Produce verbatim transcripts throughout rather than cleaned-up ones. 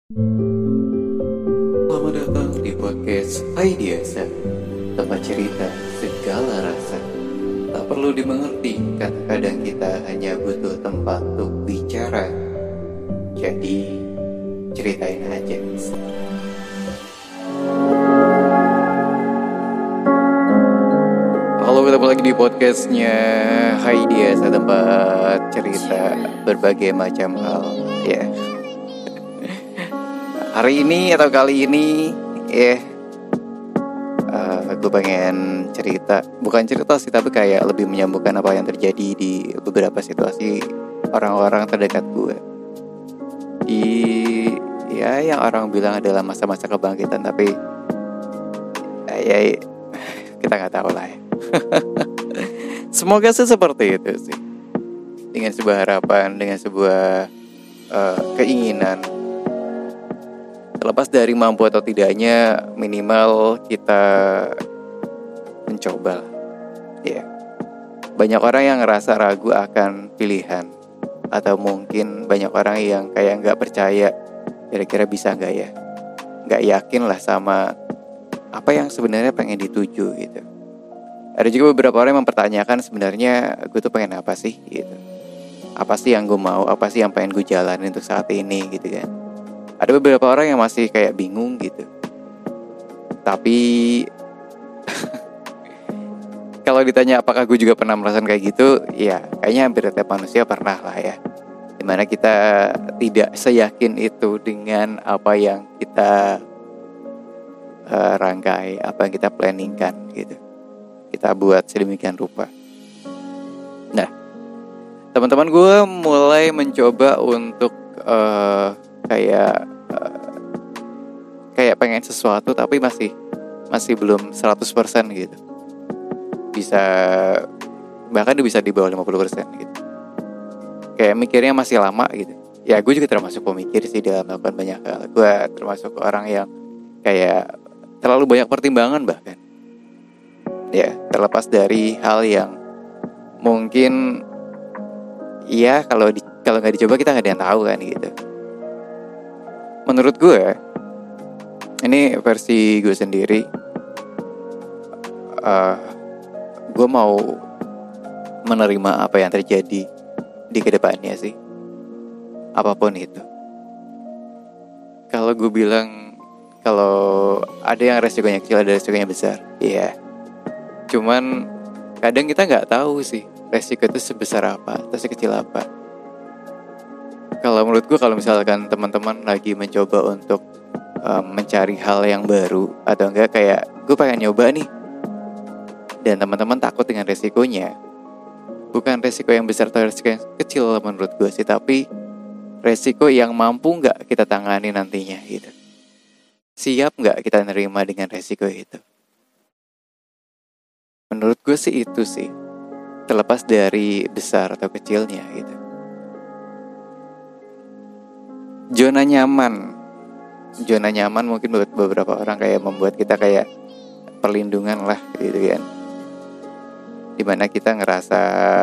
Selamat datang di podcast Aidiasa, tempat cerita segala rasa. Tak perlu dimengerti, kadang-kadang kita hanya butuh tempat untuk bicara. Jadi, ceritain aja. Halo, ketemu lagi di podcastnya Aidiasa, tempat cerita berbagai macam hal. Ya. Yeah. Hari ini atau kali ini ya uh, gue pengen cerita. Bukan cerita sih, tapi kayak lebih menyambungkan apa yang terjadi di beberapa situasi orang-orang terdekat gue. Di ya yang orang bilang adalah masa-masa kebangkitan, tapi uh, ya kita gak tahu lah ya. Semoga sih seperti itu sih, dengan sebuah harapan, dengan sebuah uh, keinginan. Terlepas dari mampu atau tidaknya, minimal kita mencoba. Ya, yeah. Banyak orang yang ngerasa ragu akan pilihan, atau mungkin banyak orang yang kayak nggak percaya kira-kira bisa nggak ya, nggak yakin lah sama apa yang sebenarnya pengen dituju gitu. Ada juga beberapa orang yang mempertanyakan sebenarnya gue tuh pengen apa sih gitu. Apa sih yang gue mau, apa sih yang pengen gue jalanin untuk saat ini gitu kan. Ada beberapa orang yang masih kayak bingung gitu. Tapi kalau ditanya apakah gue juga pernah merasakan kayak gitu, ya kayaknya hampir setiap manusia pernah lah ya. Dimana kita tidak seyakin itu dengan apa yang kita uh, rangkai, apa yang kita planningkan gitu. Kita buat sedemikian rupa. Nah, teman-teman gue mulai mencoba untuk uh, kayak uh, kayak pengen sesuatu tapi masih masih belum seratus persen gitu. Bisa bahkan bisa di bawah lima puluh persen gitu. Kayak mikirnya masih lama gitu. Ya gue juga termasuk pemikir sih dalam melakukan banyak hal. Gue termasuk orang yang kayak terlalu banyak pertimbangan bahkan. Ya, terlepas dari hal yang mungkin iya kalau di, kalau nggak dicoba kita nggak ada yang tahu kan gitu. Menurut gue, ini versi gue sendiri, uh, gue mau menerima apa yang terjadi di kedepannya sih, apapun itu. Kalau gue bilang kalau ada yang resikonya kecil, ada resikonya besar, iya. Cuman kadang kita nggak tahu sih resiko itu sebesar apa atau sekecil apa. Kalau menurut gue, kalau misalkan teman-teman lagi mencoba untuk um, mencari hal yang baru, atau enggak kayak gue pengen nyoba nih, dan teman-teman takut dengan resikonya, bukan resiko yang besar atau resiko yang kecil menurut gue sih, tapi resiko yang mampu nggak kita tangani nantinya gitu. Siap nggak kita nerima dengan resiko itu? Menurut gue sih itu sih, terlepas dari besar atau kecilnya gitu. Zona nyaman Zona nyaman mungkin buat beberapa orang kayak membuat kita kayak perlindungan lah gitu kan. Dimana kita ngerasa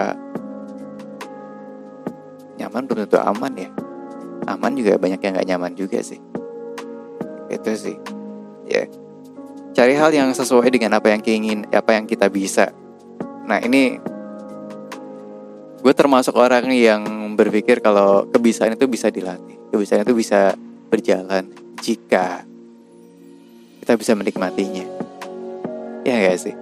nyaman belum tentu aman ya. Aman juga banyak yang gak nyaman juga sih. Itu sih ya, yeah. Cari hal yang sesuai dengan apa yang keingin, apa yang kita bisa. Nah ini gue termasuk orang yang berpikir kalau kebiasaan itu bisa dilatih. Kebiasaan itu bisa berjalan jika kita bisa menikmatinya. Ya gak sih?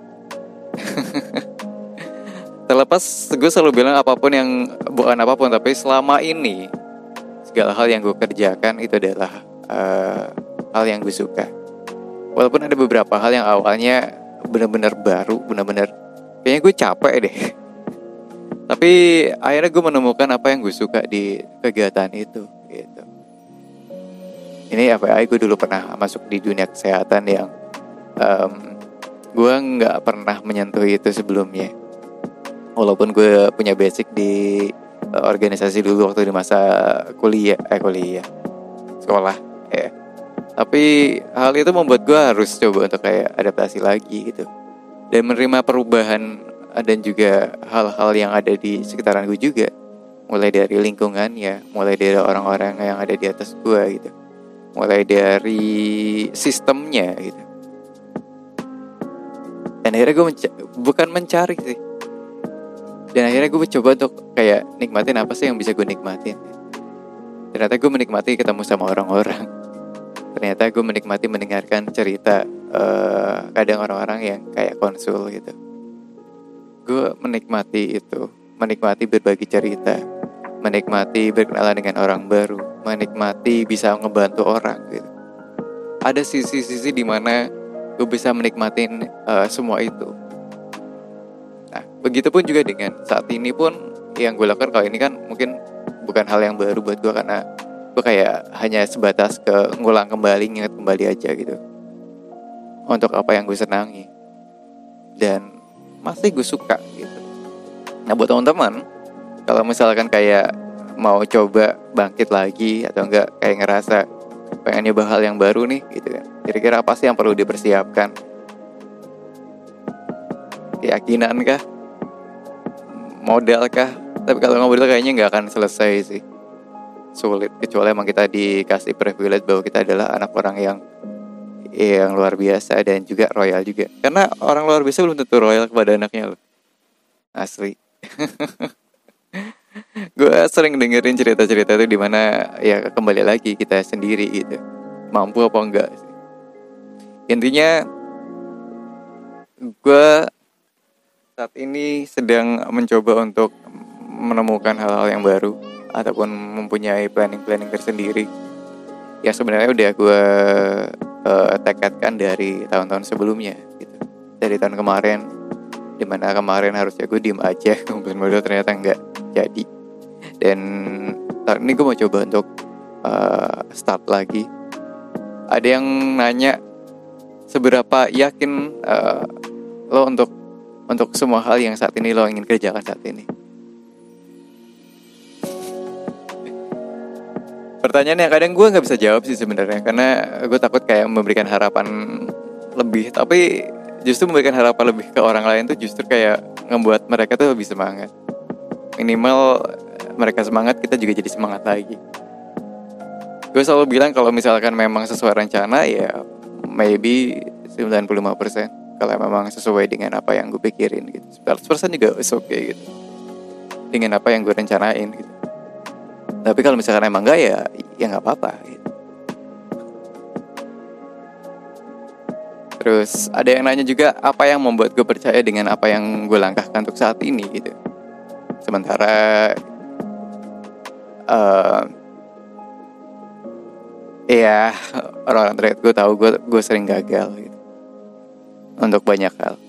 Terlepas gue selalu bilang apapun yang, bukan apapun, tapi selama ini segala hal yang gue kerjakan itu adalah uh, hal yang gue suka. Walaupun ada beberapa hal yang awalnya benar-benar baru, benar-benar kayaknya gue capek deh. Tapi akhirnya gue menemukan apa yang gue suka di kegiatan itu gitu. Ini F Y I, gue dulu pernah masuk di dunia kesehatan yang um, gue gak pernah menyentuh itu sebelumnya. Walaupun gue punya basic di uh, organisasi dulu waktu di masa kuliah Eh kuliah Sekolah ya. Tapi hal itu membuat gue harus coba untuk kayak adaptasi lagi gitu, dan menerima perubahan dan juga hal-hal yang ada di sekitaran gue juga. mulai dari lingkungannya, mulai dari orang-orang yang ada di atas gue gitu. mulai dari sistemnya gitu. Dan akhirnya gue menca- bukan mencari sih, dan akhirnya gue mencoba untuk kayak nikmatin apa sih yang bisa gue nikmatin. Ternyata gue menikmati ketemu sama orang-orang. Ternyata gue menikmati mendengarkan cerita uh, kadang orang-orang yang kayak konsul gitu. Gue menikmati itu, menikmati berbagi cerita, menikmati berkenalan dengan orang baru, menikmati bisa ngebantu orang gitu. Ada sisi-sisi di mana gue bisa menikmatin uh, semua itu. Nah, begitupun juga dengan saat ini pun yang gue lakukan kalau ini kan mungkin bukan hal yang baru buat gue, karena gue kayak hanya sebatas ke ngulang kembali, nginget kembali aja gitu untuk apa yang gue senangi dan masih gue suka gitu. Nah, buat teman-teman, kalau misalkan kayak mau coba bangkit lagi atau enggak kayak ngerasa pengen nyoba hal yang baru nih gitu kan, kira-kira apa sih yang perlu dipersiapkan? Keyakinan kah? Modal kah? Tapi kalau modal kayaknya nggak akan selesai sih, sulit, kecuali emang kita dikasih privilege bahwa kita adalah anak orang yang yang luar biasa dan juga royal juga. Karena orang luar biasa belum tentu royal kepada anaknya loh, asli. Gue sering dengerin cerita-cerita itu, dimana ya kembali lagi kita sendiri gitu, mampu apa enggak sih. Intinya gue saat ini sedang mencoba untuk menemukan hal-hal yang baru ataupun mempunyai planning-planning tersendiri yang sebenarnya udah gue uh, tekadkan dari tahun-tahun sebelumnya gitu. Dari tahun kemarin, dimana kemarin harusnya gue diem aja ngumpulin modal, ternyata enggak jadi. Dan tahun ini gue mau coba untuk uh, start lagi. Ada yang nanya seberapa yakin uh, lo untuk untuk semua hal yang saat ini lo ingin kerjakan saat ini. Pertanyaan yang kadang gue nggak bisa jawab sih sebenarnya, karena gue takut kayak memberikan harapan lebih, tapi justru memberikan harapan lebih ke orang lain tuh justru kayak ngebuat mereka tuh lebih semangat. Minimal mereka semangat, kita juga jadi semangat lagi. Gue selalu bilang kalau misalkan memang sesuai rencana ya maybe sembilan puluh lima persen. Kalau memang sesuai dengan apa yang gue pikirin gitu, seratus persen juga is okay gitu, dengan apa yang gue rencanain gitu. Tapi kalau misalkan emang enggak ya ya nggak apa-apa gitu. Terus ada yang nanya juga apa yang membuat gue percaya dengan apa yang gue langkahkan untuk saat ini gitu. Sementara uh, ya orang-orang terdekat gue tahu gue gue sering gagal gitu untuk banyak hal.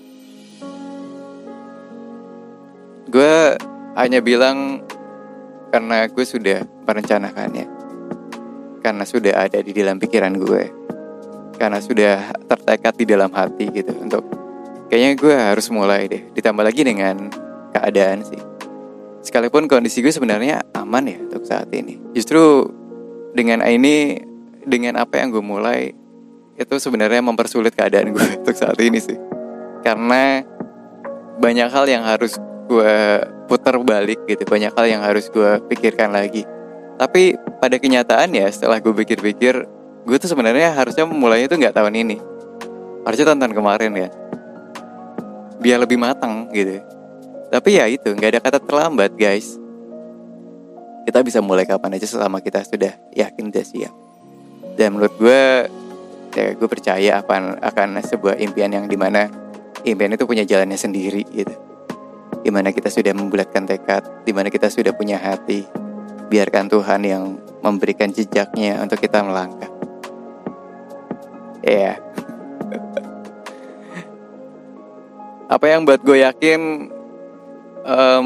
Gue hanya bilang karena gue sudah merencanakannya, karena sudah ada di dalam pikiran gue, karena sudah tertekad di dalam hati gitu untuk kayaknya gue harus mulai deh. Ditambah lagi dengan keadaan sih, sekalipun kondisi gue sebenarnya aman ya untuk saat ini, justru dengan ini, dengan apa yang gue mulai itu sebenarnya mempersulit keadaan gue untuk saat ini sih. Karena banyak hal yang harus gue putar balik gitu, banyak hal yang harus gue pikirkan lagi. Tapi pada kenyataannya setelah gue pikir-pikir, gue tuh sebenarnya harusnya memulainya tuh gak tahun ini, harusnya tahun-tahun kemarin ya, biar lebih matang gitu. Tapi ya itu, gak ada kata terlambat guys. Kita bisa mulai kapan aja selama kita sudah yakin udah siap. Dan menurut gue, ya gue percaya akan akan sebuah impian yang dimana impian itu punya jalannya sendiri gitu. Dimana kita sudah membulatkan tekad, dimana kita sudah punya hati, biarkan Tuhan yang memberikan jejaknya untuk kita melangkah. Ya yeah. Apa yang buat gue yakin, um,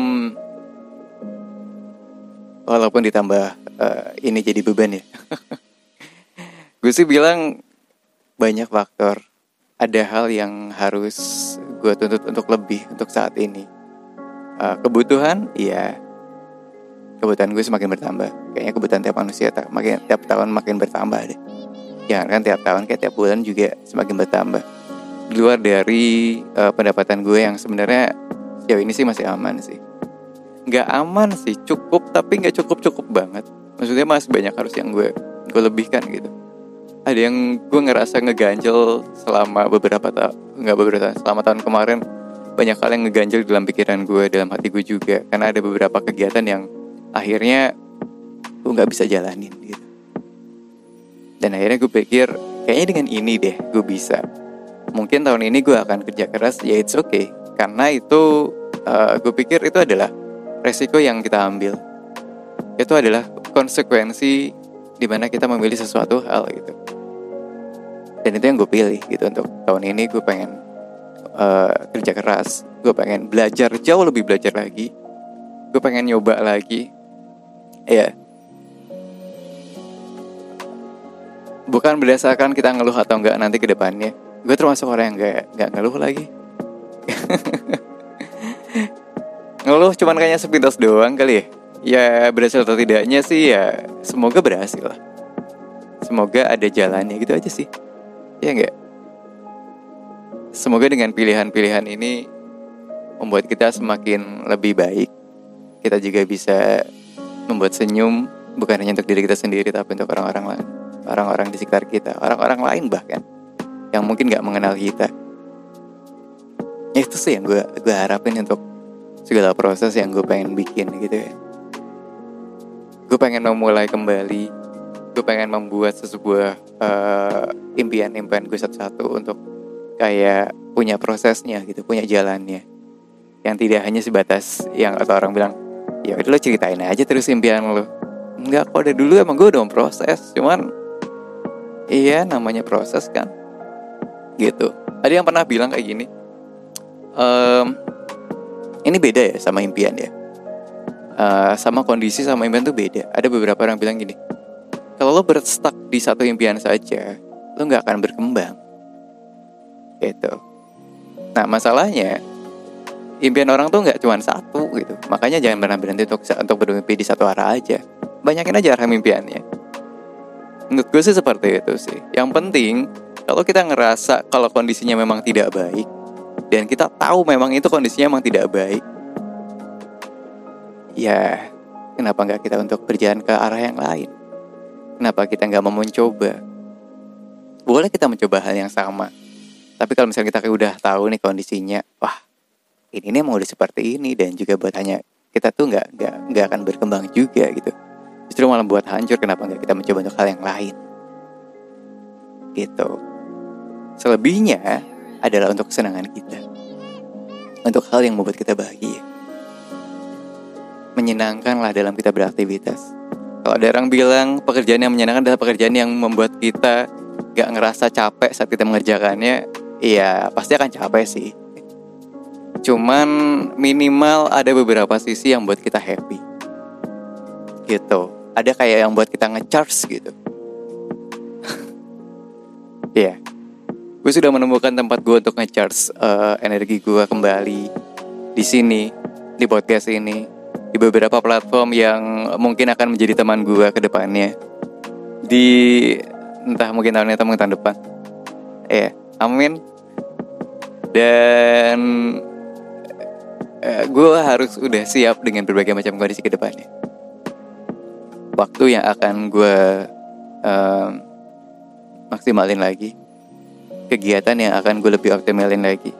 walaupun ditambah uh, ini jadi beban ya. Gue sih bilang banyak faktor. Ada hal yang harus gue tuntut untuk lebih untuk saat ini. uh, Kebutuhan, iya, kebutuhan gue semakin bertambah. Kayaknya kebutuhan tiap manusia tak, makin, tiap tahun makin bertambah deh. Jangan kan tiap tahun, kayak tiap bulan juga semakin bertambah. Di luar dari uh, pendapatan gue yang sebenarnya sejauh ini sih masih aman sih. Gak aman sih, cukup tapi gak cukup-cukup banget. Maksudnya masih banyak harus yang gue gue lebihkan gitu. ada yang gue ngerasa ngeganjel selama beberapa tahun, nggak beberapa tahun, selama tahun kemarin banyak hal yang ngeganjel dalam pikiran gue, dalam hati gue juga, karena ada beberapa kegiatan yang akhirnya gue nggak bisa jalanin gitu. Dan akhirnya gue pikir kayaknya dengan ini deh gue bisa. Mungkin tahun ini gue akan kerja keras, ya it's okay, karena itu uh, gue pikir itu adalah resiko yang kita ambil. Itu adalah konsekuensi dimana kita memilih sesuatu hal gitu. Dan itu yang gue pilih gitu. Untuk tahun ini gue pengen uh, kerja keras, gue pengen belajar jauh lebih belajar lagi, gue pengen nyoba lagi. Ya yeah. Bukan berdasarkan kita ngeluh atau enggak nanti ke depannya. Gue termasuk orang yang gak, gak ngeluh lagi. Ngeluh cuman kayaknya sepintas doang kali ya. Ya berhasil atau tidaknya sih ya semoga berhasil lah. Semoga ada jalannya gitu aja sih. Ya enggak? Semoga dengan pilihan-pilihan ini membuat kita semakin lebih baik. Kita juga bisa membuat senyum, bukan hanya untuk diri kita sendiri, tapi untuk orang-orang lain, orang-orang di sekitar kita, orang-orang lain bahkan yang mungkin gak mengenal kita. Ya itu sih yang gue gue harapin untuk segala proses yang gue pengen bikin gitu ya. Gue pengen memulai kembali, gue pengen membuat sebuah uh, impian-impian gue satu-satu untuk kayak punya prosesnya gitu, punya jalannya, yang tidak hanya sebatas yang atau orang bilang ya udah lo ceritain aja terus impian lo. Enggak, kok dari dulu emang gue udah proses, cuman iya namanya proses kan gitu. Ada yang pernah bilang kayak gini, ehm, ini beda ya sama impian ya, uh, sama kondisi sama impian tuh beda. Ada beberapa orang bilang gini, kalau lo berstuck di satu impian saja, lo gak akan berkembang gitu. Nah masalahnya impian orang tuh gak cuma satu gitu. Makanya jangan pernah berhenti untuk, untuk bermimpi di satu arah aja. Banyakin aja arah mimpiannya. Menurut gue sih seperti itu sih. Yang penting kalau kita ngerasa kalau kondisinya memang tidak baik, dan kita tahu memang itu kondisinya memang tidak baik, ya kenapa gak kita untuk berjalan ke arah yang lain? Kenapa kita gak mau mencoba? Boleh kita mencoba hal yang sama, tapi kalau misalnya kita udah tahu nih kondisinya, wah ini nih mau udah seperti ini, dan juga buat hanya kita tuh gak, gak, gak akan berkembang juga gitu. Justru malah buat hancur. Kenapa gak kita mencoba untuk hal yang lain gitu. Selebihnya adalah untuk kesenangan kita, untuk hal yang membuat kita bahagia, menyenangkanlah dalam kita beraktivitas. Kalau ada orang bilang pekerjaan yang menyenangkan adalah pekerjaan yang membuat kita gak ngerasa capek saat kita mengerjakannya, iya pasti akan capek sih. Cuman minimal ada beberapa sisi yang buat kita happy gitu. Ada kayak yang buat kita nge-charge gitu. Iya yeah. Gue sudah menemukan tempat gue untuk nge-charge uh, energi gue kembali di sini, di podcast ini, di beberapa platform yang mungkin akan menjadi teman gue ke depannya, di entah mungkin tahun ini atau mungkin tahun depan. Ya, yeah. Amin. Dan uh, gue harus udah siap dengan berbagai macam kondisi ke depannya. Waktu yang akan gue um, maksimalin lagi, kegiatan yang akan gue lebih optimalin lagi.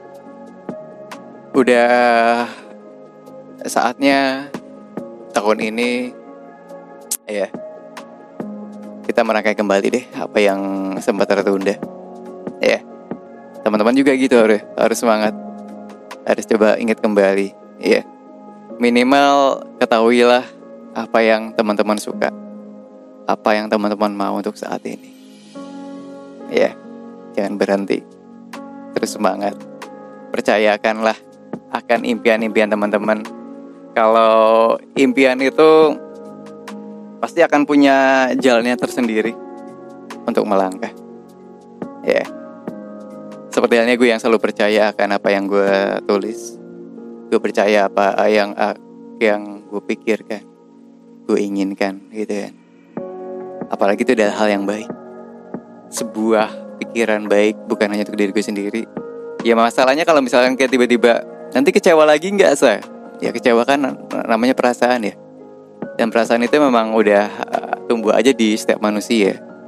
Udah saatnya tahun ini ya kita merangkai kembali deh apa yang sempat tertunda. Ya, teman-teman juga gitu, harus harus semangat, harus coba ingat kembali. Ya, minimal ketahuilah apa yang teman-teman suka, apa yang teman-teman mau untuk saat ini. Ya, jangan berhenti, terus semangat. Percayakanlah akan impian-impian teman-teman. Kalau impian itu pasti akan punya jalannya tersendiri untuk melangkah. Ya, seperti halnya gue yang selalu percaya akan apa yang gue tulis. Gue percaya apa yang yang gue pikirkan, gue inginkan gitu kan. Apalagi itu adalah hal yang baik, sebuah pikiran baik, bukan hanya untuk diri gue sendiri. Ya masalahnya kalau misalkan kayak tiba-tiba nanti kecewa lagi, nggak sah. Ya kecewa kan namanya perasaan ya. Dan perasaan itu memang udah uh, tumbuh aja di setiap manusia.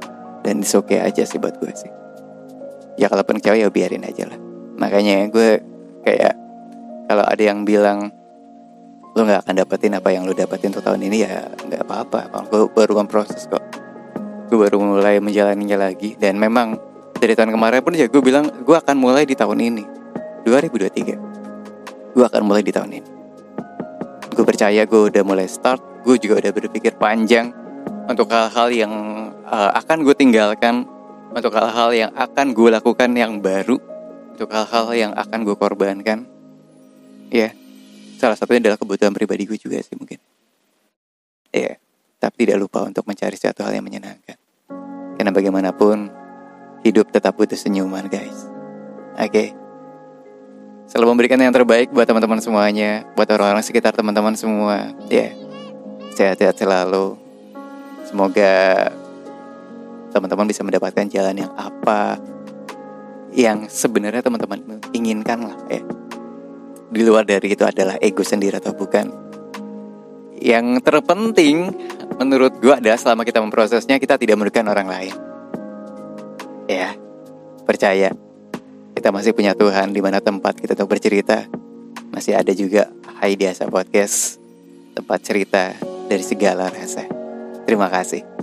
Dan it's okay aja sih buat gue sih. Ya kalaupun kecewa ya biarin aja lah. Makanya gue kayak kalau ada yang bilang lo gak akan dapetin apa yang lo dapetin untuk tahun ini, ya gak apa-apa. Gue baru memproses kok. Gue baru mulai menjalaninya lagi. Dan memang dari tahun kemarin pun ya gue bilang gue akan mulai di tahun ini, dua ribu dua puluh tiga. Gue akan mulai di tahun ini. Gue percaya gue udah mulai start. Gue juga udah berpikir panjang untuk hal-hal yang uh, akan gue tinggalkan, untuk hal-hal yang akan gue lakukan yang baru, untuk hal-hal yang akan gue korbankan. Ya, yeah. Salah satunya adalah kebutuhan pribadi gue juga sih mungkin. Ya, yeah. Tapi tidak lupa untuk mencari suatu hal yang menyenangkan. Karena bagaimanapun hidup tetap butuh senyuman, guys. Oke okay. Selalu memberikan yang terbaik buat teman-teman semuanya, buat orang-orang sekitar teman-teman semua. Ya, yeah. Sehat-sehat selalu. Semoga teman-teman bisa mendapatkan jalan yang apa yang sebenarnya teman-teman inginkan lah ya. Di luar dari itu adalah ego sendiri atau bukan. Yang terpenting menurut gue adalah selama kita memprosesnya, kita tidak merugikan orang lain. Ya, percaya kita masih punya Tuhan di mana tempat kita untuk bercerita. Masih ada juga Hai Diasa Podcast, tempat cerita dari segala rasa. Terima kasih.